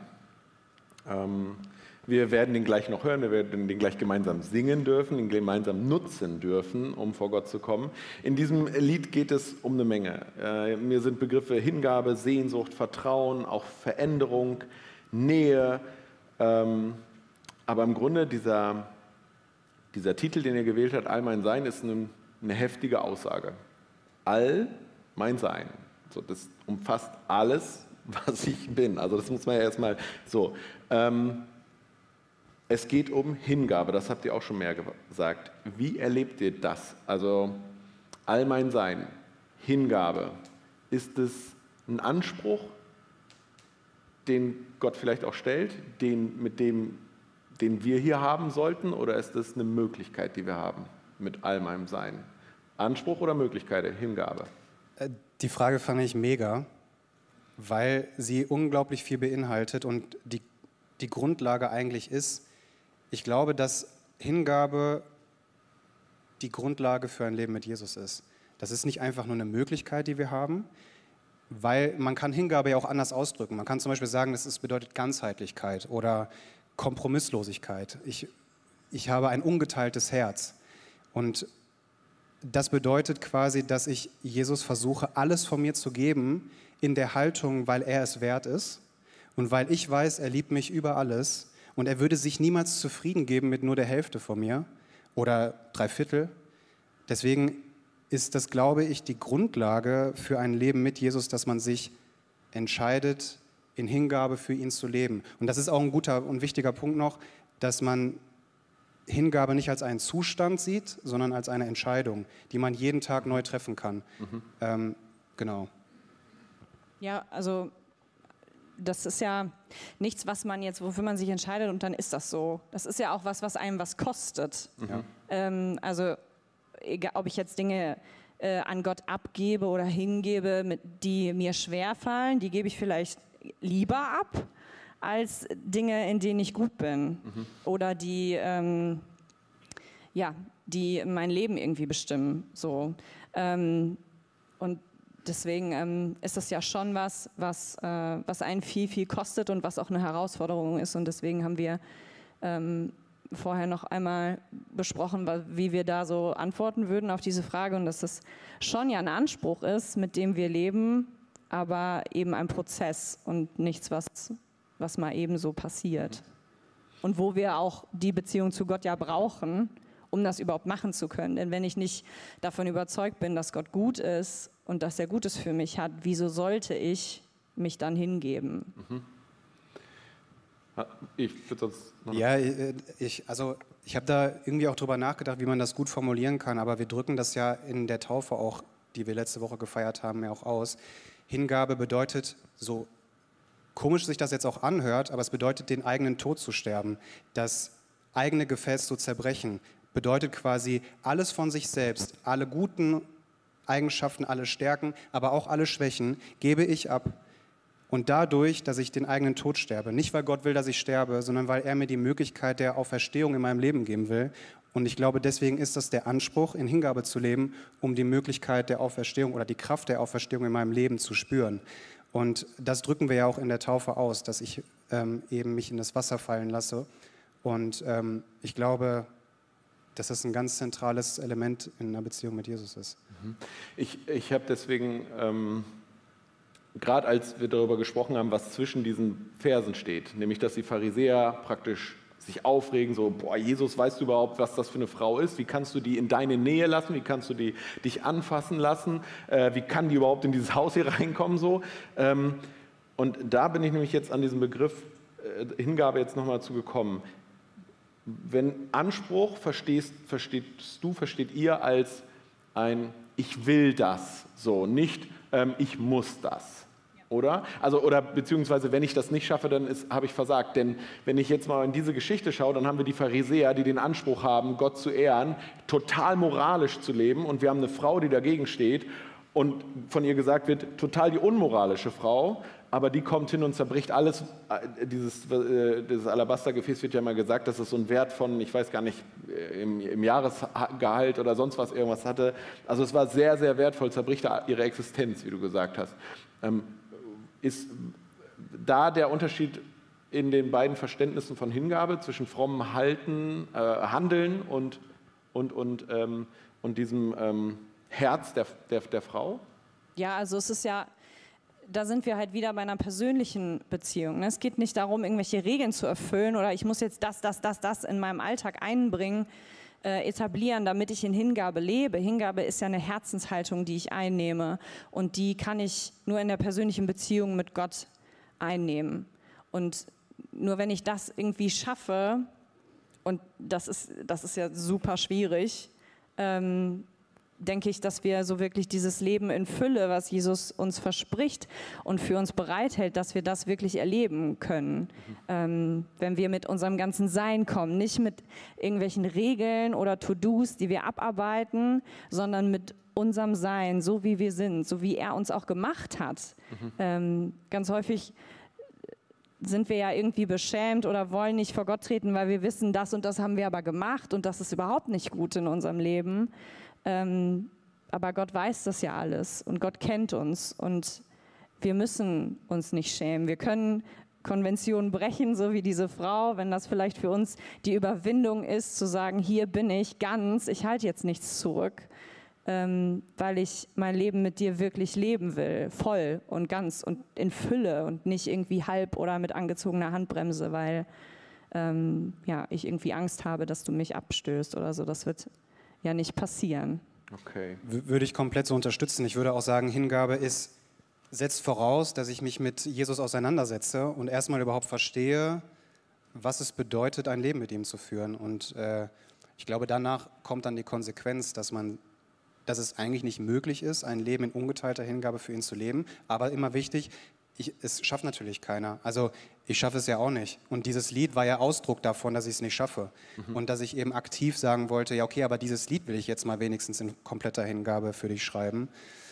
S2: Wir werden den gleich noch hören, wir werden den gleich gemeinsam singen dürfen, den gemeinsam nutzen dürfen, um vor Gott zu kommen. In diesem Lied geht es um eine Menge. Mir sind Begriffe Hingabe, Sehnsucht, Vertrauen, auch Veränderung, Nähe. Aber im Grunde dieser Titel, den er gewählt hat, All mein Sein, ist eine heftige Aussage. All mein Sein. So, das umfasst alles, was ich bin. Also das muss man ja erstmal so. Es geht um Hingabe, das habt ihr auch schon mehr gesagt. Wie erlebt ihr das? Also all mein Sein, Hingabe. Ist es ein Anspruch, den Gott vielleicht auch stellt, den wir hier haben sollten, oder ist es eine Möglichkeit, die wir haben mit all meinem Sein? Anspruch oder Möglichkeit, Hingabe?
S3: Die Frage fand ich mega, weil sie unglaublich viel beinhaltet und die Grundlage eigentlich ist, ich glaube, dass Hingabe die Grundlage für ein Leben mit Jesus ist. Das ist nicht einfach nur eine Möglichkeit, die wir haben, weil man kann Hingabe ja auch anders ausdrücken. Man kann zum Beispiel sagen, das bedeutet Ganzheitlichkeit oder Kompromisslosigkeit. Ich habe ein ungeteiltes Herz. Und das bedeutet quasi, dass ich Jesus versuche, alles von mir zu geben, in der Haltung, weil er es wert ist und weil ich weiß, er liebt mich über alles und er würde sich niemals zufrieden geben mit nur der Hälfte von mir oder 3/4. Deswegen ist das, glaube ich, die Grundlage für ein Leben mit Jesus, dass man sich entscheidet, in Hingabe für ihn zu leben. Und das ist auch ein guter und wichtiger Punkt noch, dass man Hingabe nicht als einen Zustand sieht, sondern als eine Entscheidung, die man jeden Tag neu treffen kann. Genau.
S4: Ja, also das ist ja nichts, was man jetzt, wofür man sich entscheidet und dann ist das so. Das ist ja auch was einem was kostet. Ja. Also egal, ob ich jetzt Dinge an Gott abgebe oder hingebe, die mir schwerfallen, die gebe ich vielleicht lieber ab, als Dinge, in denen ich gut bin oder die, die mein Leben irgendwie bestimmen. So. Und deswegen ist das ja schon was einen viel, viel kostet und was auch eine Herausforderung ist. Und deswegen haben wir vorher noch einmal besprochen, wie wir da so antworten würden auf diese Frage. Und dass das schon ja ein Anspruch ist, mit dem wir leben, aber eben ein Prozess und nichts, was mal eben so passiert. Und wo wir auch die Beziehung zu Gott ja brauchen, um das überhaupt machen zu können. Denn wenn ich nicht davon überzeugt bin, dass Gott gut ist und dass er Gutes für mich hat, wieso sollte ich mich dann hingeben?
S2: Ich würde sonst noch
S3: Ja, ich habe da irgendwie auch drüber nachgedacht, wie man das gut formulieren kann, aber wir drücken das ja in der Taufe auch, die wir letzte Woche gefeiert haben, ja auch aus. Hingabe bedeutet, so komisch sich das jetzt auch anhört, aber es bedeutet, den eigenen Tod zu sterben, das eigene Gefäß zu zerbrechen, bedeutet quasi alles von sich selbst, alle guten Eigenschaften, alle Stärken, aber auch alle Schwächen gebe ich ab. Und dadurch, dass ich den eigenen Tod sterbe, nicht weil Gott will, dass ich sterbe, sondern weil er mir die Möglichkeit der Auferstehung in meinem Leben geben will. Und ich glaube, deswegen ist das der Anspruch, in Hingabe zu leben, um die Möglichkeit der Auferstehung oder die Kraft der Auferstehung in meinem Leben zu spüren. Und das drücken wir ja auch in der Taufe aus, dass ich eben mich in das Wasser fallen lasse. Und ich glaube, dass das ein ganz zentrales Element in einer Beziehung mit Jesus ist.
S2: Ich habe deswegen, gerade als wir darüber gesprochen haben, was zwischen diesen Versen steht, nämlich dass die Pharisäer praktisch sich aufregen, so, boah, Jesus, weißt du überhaupt, was das für eine Frau ist? Wie kannst du die in deine Nähe lassen? Wie kannst du dich anfassen lassen? Wie kann die überhaupt in dieses Haus hier reinkommen? So? Und da bin ich nämlich jetzt an diesem Begriff Hingabe jetzt nochmal zu gekommen. Wenn Anspruch versteht ihr als ein Ich will das, so, nicht ich muss das, oder? Also, oder beziehungsweise, wenn ich das nicht schaffe, dann habe ich versagt. Denn wenn ich jetzt mal in diese Geschichte schaue, dann haben wir die Pharisäer, die den Anspruch haben, Gott zu ehren, total moralisch zu leben. Und wir haben eine Frau, die dagegen steht und von ihr gesagt wird, total die unmoralische Frau. Aber die kommt hin und zerbricht alles. Dieses Alabastergefäß wird ja mal gesagt, dass es so einen Wert von, ich weiß gar nicht, im Jahresgehalt oder sonst was irgendwas hatte. Also es war sehr, sehr wertvoll, zerbricht ihre Existenz, wie du gesagt hast. Ist da der Unterschied in den beiden Verständnissen von Hingabe zwischen frommem Handeln und diesem Herz der Frau?
S4: Ja, also es ist ja, da sind wir halt wieder bei einer persönlichen Beziehung. Es geht nicht darum, irgendwelche Regeln zu erfüllen oder ich muss jetzt das in meinem Alltag einbringen, etablieren, damit ich in Hingabe lebe. Hingabe ist ja eine Herzenshaltung, die ich einnehme und die kann ich nur in der persönlichen Beziehung mit Gott einnehmen. Und nur wenn ich das irgendwie schaffe, und das ist ja super schwierig, denke ich, dass wir so wirklich dieses Leben in Fülle, was Jesus uns verspricht und für uns bereithält, dass wir das wirklich erleben können. Wenn wir mit unserem ganzen Sein kommen, nicht mit irgendwelchen Regeln oder To-Dos, die wir abarbeiten, sondern mit unserem Sein, so wie wir sind, so wie er uns auch gemacht hat. Ganz häufig sind wir ja irgendwie beschämt oder wollen nicht vor Gott treten, weil wir wissen, das und das haben wir aber gemacht und das ist überhaupt nicht gut in unserem Leben. Aber Gott weiß das ja alles und Gott kennt uns und wir müssen uns nicht schämen. Wir können Konventionen brechen, so wie diese Frau, wenn das vielleicht für uns die Überwindung ist, zu sagen, hier bin ich ganz, ich halte jetzt nichts zurück, weil ich mein Leben mit dir wirklich leben will, voll und ganz und in Fülle und nicht irgendwie halb oder mit angezogener Handbremse, weil ich irgendwie Angst habe, dass du mich abstößt oder so. Das wird ja nicht passieren.
S2: Okay.
S3: Würde ich komplett so unterstützen. Ich würde auch sagen, Hingabe ist setzt voraus, dass ich mich mit Jesus auseinandersetze und erstmal überhaupt verstehe, was es bedeutet, ein Leben mit ihm zu führen. Und ich glaube, danach kommt dann die Konsequenz, dass es eigentlich nicht möglich ist, ein Leben in ungeteilter Hingabe für ihn zu leben. Aber immer wichtig, es schafft natürlich keiner. Also ich schaffe es ja auch nicht. Und dieses Lied war ja Ausdruck davon, dass ich es nicht schaffe. Und dass ich eben aktiv sagen wollte, ja okay, aber dieses Lied will ich jetzt mal wenigstens in kompletter Hingabe für dich schreiben.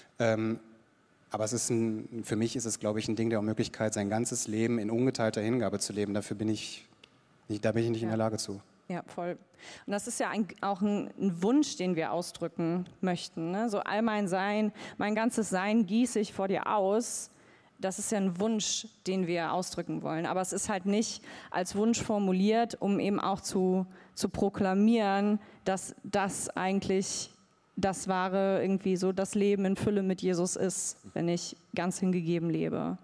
S3: Aber für mich ist es, glaube ich, ein Ding der Unmöglichkeit, sein ganzes Leben in ungeteilter Hingabe zu leben. Dafür bin ich nicht in der Lage zu.
S4: Ja, voll. Und das ist ja auch ein Wunsch, den wir ausdrücken möchten. Ne? So all mein Sein, mein ganzes Sein gieße ich vor dir aus. Das ist ja ein Wunsch, den wir ausdrücken wollen. Aber es ist halt nicht als Wunsch formuliert, um eben auch zu proklamieren, dass das eigentlich das wahre, irgendwie so das Leben in Fülle mit Jesus ist, wenn ich ganz hingegeben lebe.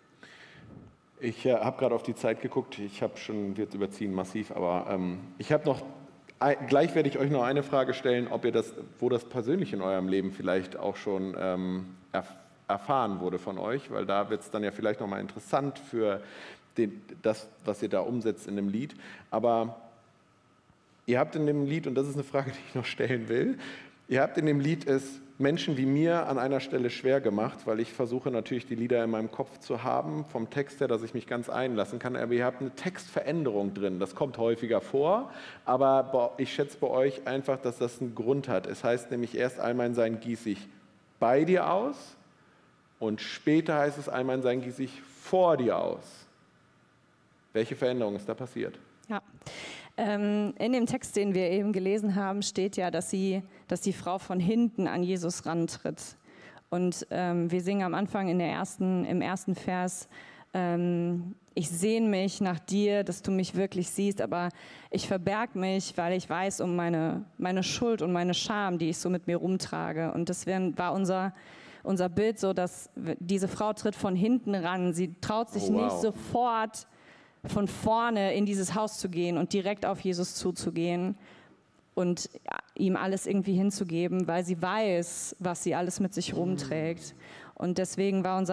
S2: Ich habe gerade auf die Zeit geguckt, ich habe schon, wir überziehen massiv, aber ich habe gleich werde ich euch noch eine Frage stellen, wo das persönlich in eurem Leben vielleicht auch schon erfahren wurde von euch, weil da wird es dann ja vielleicht nochmal interessant für das, was ihr da umsetzt in dem Lied. Aber ihr habt in dem Lied, und das ist eine Frage, die ich noch stellen will, ihr habt in dem Lied es Menschen wie mir an einer Stelle schwer gemacht, weil ich versuche natürlich die Lieder in meinem Kopf zu haben, vom Text her, dass ich mich ganz einlassen kann, aber ihr habt eine Textveränderung drin, das kommt häufiger vor, aber ich schätze bei euch einfach, dass das einen Grund hat. Es heißt nämlich erst, all mein Sein gieße ich bei dir aus und später heißt es, all mein Sein gieße ich vor dir aus. Welche Veränderung ist da passiert?
S4: Ja. In dem Text, den wir eben gelesen haben, steht ja, dass die Frau von hinten an Jesus rantritt. Und wir singen am Anfang im ersten Vers, ich sehne mich nach dir, dass du mich wirklich siehst, aber ich verberg mich, weil ich weiß um meine Schuld und meine Scham, die ich so mit mir rumtrage. Und das war unser Bild so, dass diese Frau tritt von hinten ran. Sie traut sich nicht sofort von vorne in dieses Haus zu gehen und direkt auf Jesus zuzugehen und ihm alles irgendwie hinzugeben, weil sie weiß, was sie alles mit sich rumträgt. Und deswegen war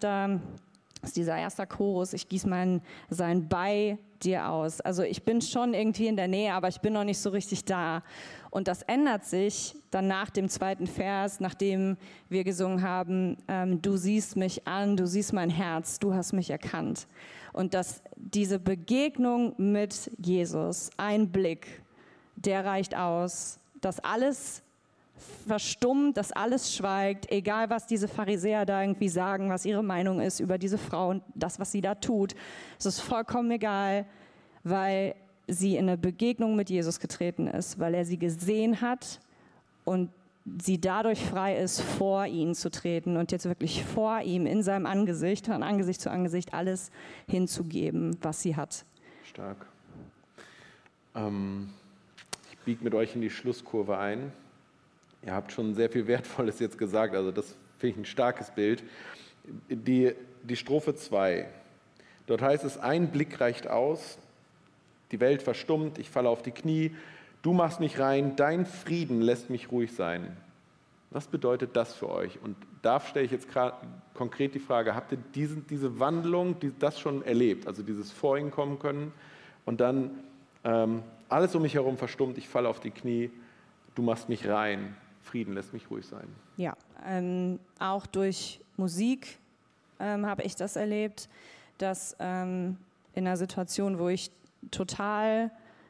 S4: dieser erste Chorus, ich gieße mein Sein bei dir aus. Also ich bin schon irgendwie in der Nähe, aber ich bin noch nicht so richtig da. Und das ändert sich dann nach dem zweiten Vers, nachdem wir gesungen haben, du siehst mich an, du siehst mein Herz, du hast mich erkannt. Und dass diese Begegnung mit Jesus, ein Blick, der reicht aus, dass alles verstummt, dass alles schweigt, egal was diese Pharisäer da irgendwie sagen, was ihre Meinung ist über diese Frau und das, was sie da tut. Es ist vollkommen egal, weil sie in eine Begegnung mit Jesus getreten ist, weil er sie gesehen hat und sie dadurch frei ist, vor ihn zu treten und jetzt wirklich vor ihm, in seinem Angesicht, von Angesicht zu Angesicht, alles hinzugeben, was sie hat.
S2: Stark. Ich biege mit euch in die Schlusskurve ein. Ihr habt schon sehr viel Wertvolles jetzt gesagt, also das finde ich ein starkes Bild. Die Strophe 2, dort heißt es, ein Blick reicht aus, die Welt verstummt, ich falle auf die Knie, du machst mich rein, dein Frieden lässt mich ruhig sein. Was bedeutet das für euch? Und da stelle ich jetzt konkret die Frage, habt ihr diese Wandlung, das schon erlebt? Also dieses vor ihn kommen können und dann alles um mich herum verstummt, ich falle auf die Knie, du machst mich rein, Frieden lässt mich ruhig sein.
S4: Ja, auch durch Musik habe ich das erlebt, dass in einer Situation, wo ich total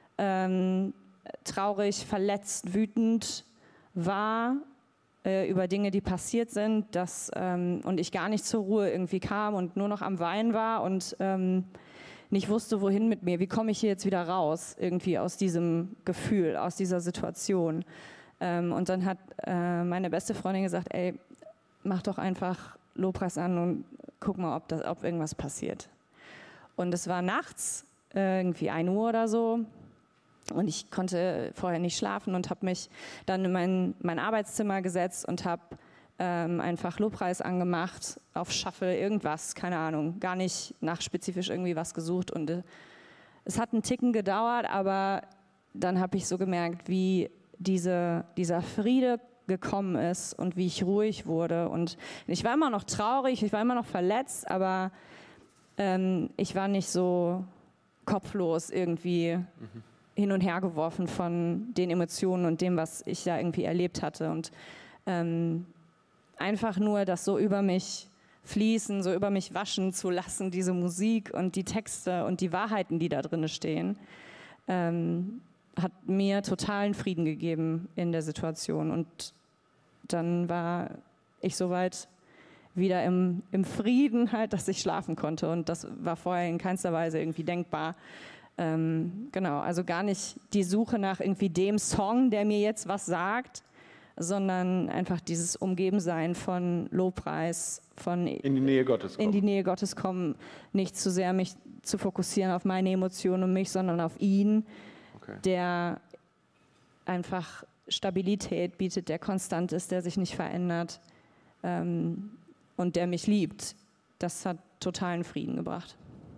S4: traurig, verletzt, wütend war über Dinge, die passiert sind, und ich gar nicht zur Ruhe irgendwie kam und nur noch am Weinen war und nicht wusste, wohin mit mir, wie komme ich hier jetzt wieder raus, irgendwie aus diesem Gefühl, aus dieser Situation. Und dann hat meine beste Freundin gesagt, ey, mach doch einfach Lobpreis an und guck mal, ob irgendwas passiert. Und es war nachts, irgendwie 1 Uhr oder so. Und ich konnte vorher nicht schlafen und habe mich dann in mein Arbeitszimmer gesetzt und habe einfach Lobpreis angemacht, auf Shuffle, irgendwas, keine Ahnung, gar nicht nach spezifisch irgendwie was gesucht. Und es hat einen Ticken gedauert, aber dann habe ich so gemerkt, wie dieser Friede gekommen ist und wie ich ruhig wurde. Und ich war immer noch traurig, ich war immer noch verletzt, aber ich war nicht so kopflos irgendwie hin und her geworfen von den Emotionen und dem, was ich da irgendwie erlebt hatte. Und einfach nur das so über mich fließen, so über mich waschen zu lassen, diese Musik und die Texte und die Wahrheiten, die da drin stehen, hat mir totalen Frieden gegeben in der Situation. Und dann war ich soweit wieder im Frieden halt, dass ich schlafen konnte. Und das war vorher in keinster Weise irgendwie denkbar. Genau, also gar nicht die Suche nach irgendwie dem Song, der mir jetzt was sagt, sondern einfach dieses Umgebensein von Lobpreis, von
S2: in die Nähe Gottes kommen.
S4: In die Nähe Gottes kommen, nicht zu sehr mich zu fokussieren auf meine Emotionen und mich, sondern auf ihn, der einfach Stabilität bietet, der konstant ist, der sich nicht verändert und der mich liebt. Das hat totalen Frieden gebracht.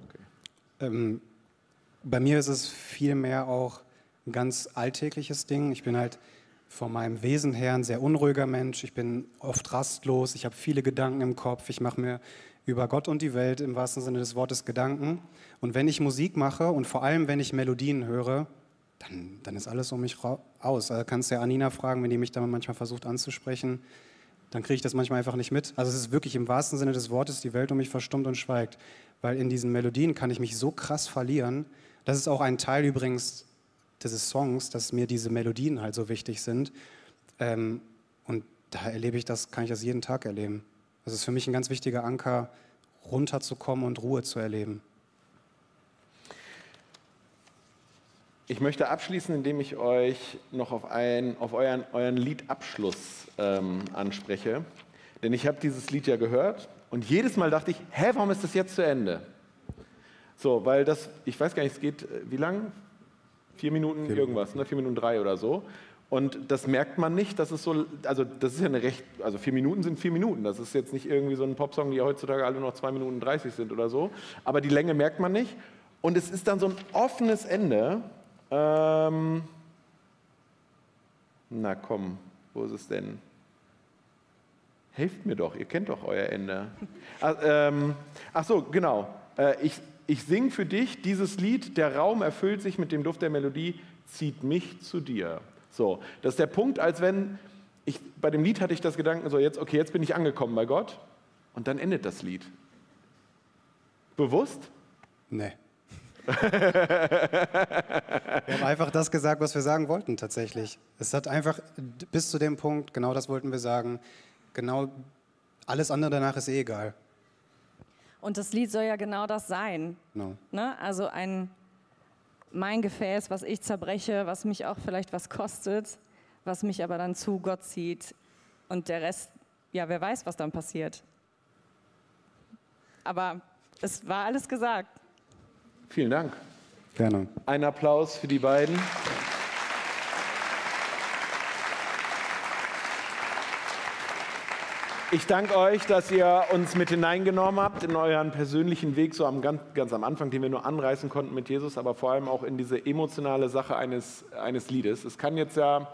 S3: Bei mir ist es vielmehr auch ein ganz alltägliches Ding. Ich bin halt von meinem Wesen her ein sehr unruhiger Mensch. Ich bin oft rastlos, ich habe viele Gedanken im Kopf. Ich mache mir über Gott und die Welt im wahrsten Sinne des Wortes Gedanken. Und wenn ich Musik mache und vor allem, wenn ich Melodien höre, dann ist alles um mich aus. Also kannst du ja Anina fragen, wenn die mich dann manchmal versucht anzusprechen, dann kriege ich das manchmal einfach nicht mit. Also es ist wirklich im wahrsten Sinne des Wortes, die Welt um mich verstummt und schweigt. Weil in diesen Melodien kann ich mich so krass verlieren. Das ist auch ein Teil übrigens dieses Songs, dass mir diese Melodien halt so wichtig sind. Und da erlebe ich das, kann ich das jeden Tag erleben. Das ist für mich ein ganz wichtiger Anker, runterzukommen und Ruhe zu erleben.
S2: Ich möchte abschließen, indem ich euch noch auf euren Liedabschluss anspreche. Denn ich habe dieses Lied ja gehört und jedes Mal dachte ich, warum ist das jetzt zu Ende? So, weil das, ich weiß gar nicht, es geht, wie lang? 4 Minuten irgendwas, ne? 4 Minuten 3 oder so. Und das merkt man nicht, dass es so, also das ist ja eine recht, also 4 Minuten sind 4 Minuten. Das ist jetzt nicht irgendwie so ein Popsong, die ja heutzutage alle noch 2 Minuten 30 sind oder so. Aber die Länge merkt man nicht. Und es ist dann so ein offenes Ende. Na komm, wo ist es denn? Helft mir doch, ihr kennt doch euer Ende. Ach so, genau. Ich singe für dich dieses Lied, der Raum erfüllt sich mit dem Duft der Melodie, zieht mich zu dir. So, das ist der Punkt, als wenn, bei dem Lied hatte ich das Gedanken, so jetzt bin ich angekommen bei Gott und dann endet das Lied. Bewusst?
S3: Nee. Wir haben einfach das gesagt, was wir sagen wollten tatsächlich. Es hat einfach bis zu dem Punkt, genau das wollten wir sagen, genau alles andere danach ist egal.
S4: Und das Lied soll ja genau das sein.
S3: No.
S4: Ne? Also mein Gefäß, was ich zerbreche, was mich auch vielleicht was kostet, was mich aber dann zu Gott zieht. Und der Rest, ja, wer weiß, was dann passiert. Aber es war alles gesagt.
S2: Vielen Dank.
S3: Gerne.
S2: Ein Applaus für die beiden. Ich danke euch, dass ihr uns mit hineingenommen habt in euren persönlichen Weg, so ganz am Anfang, den wir nur anreißen konnten mit Jesus, aber vor allem auch in diese emotionale Sache eines Liedes. Es kann jetzt ja,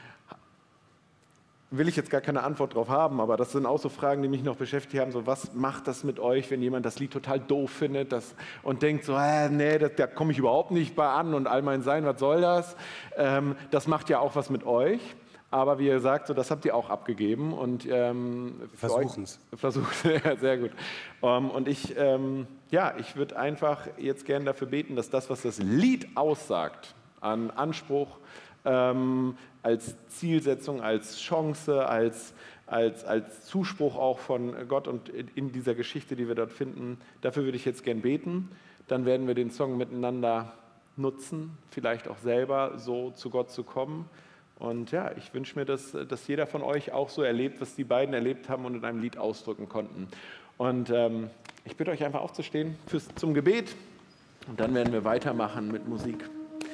S2: will ich jetzt gar keine Antwort drauf haben, aber das sind auch so Fragen, die mich noch beschäftigt haben, so was macht das mit euch, wenn jemand das Lied total doof findet und denkt so, nee, da komme ich überhaupt nicht bei an und all mein Sein, was soll das? Das macht ja auch was mit euch. Aber wie ihr sagt, so, das habt ihr auch abgegeben. Und
S3: versuchen es.
S2: Ja, sehr gut. Und ich würde einfach jetzt gerne dafür beten, dass das, was das Lied aussagt, an Anspruch, als Zielsetzung, als Chance, als Zuspruch auch von Gott und in dieser Geschichte, die wir dort finden, dafür würde ich jetzt gern beten. Dann werden wir den Song miteinander nutzen, vielleicht auch selber so zu Gott zu kommen. Und ja, ich wünsche mir, dass jeder von euch auch so erlebt, was die beiden erlebt haben und in einem Lied ausdrücken konnten. Und ich bitte euch einfach aufzustehen zum Gebet und dann werden wir weitermachen mit Musik.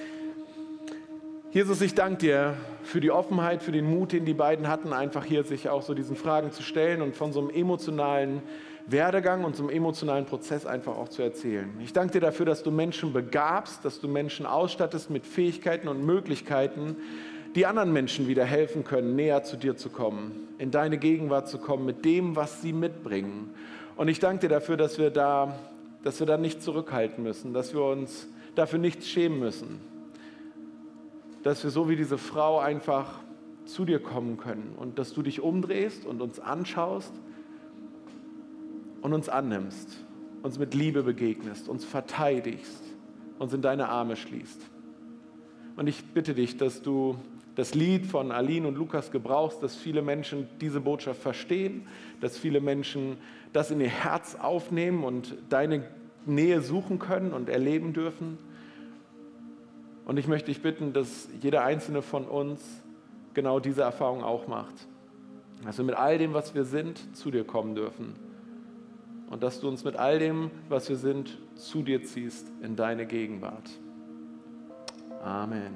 S2: Jesus, ich danke dir für die Offenheit, für den Mut, den die beiden hatten, einfach hier sich auch so diesen Fragen zu stellen und von so einem emotionalen Werdegang und so einem emotionalen Prozess einfach auch zu erzählen. Ich danke dir dafür, dass du Menschen begabst, dass du Menschen ausstattest mit Fähigkeiten und Möglichkeiten, die anderen Menschen wieder helfen können, näher zu dir zu kommen, in deine Gegenwart zu kommen mit dem, was sie mitbringen. Und ich danke dir dafür, dass wir da nicht zurückhalten müssen, dass wir uns dafür nichts schämen müssen, dass wir so wie diese Frau einfach zu dir kommen können und dass du dich umdrehst und uns anschaust und uns annimmst, uns mit Liebe begegnest, uns verteidigst, uns in deine Arme schließt. Und ich bitte dich, dass du das Lied von Aline und Lukas gebrauchst, dass viele Menschen diese Botschaft verstehen, dass viele Menschen das in ihr Herz aufnehmen und deine Nähe suchen können und erleben dürfen. Und ich möchte dich bitten, dass jeder einzelne von uns genau diese Erfahrung auch macht. Dass wir mit all dem, was wir sind, zu dir kommen dürfen. Und dass du uns mit all dem, was wir sind, zu dir ziehst in deine Gegenwart. Amen.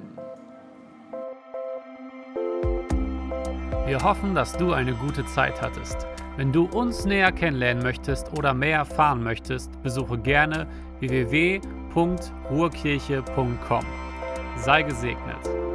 S1: Wir hoffen, dass du eine gute Zeit hattest. Wenn du uns näher kennenlernen möchtest oder mehr erfahren möchtest, besuche gerne www.ruhrkirche.com. Sei gesegnet.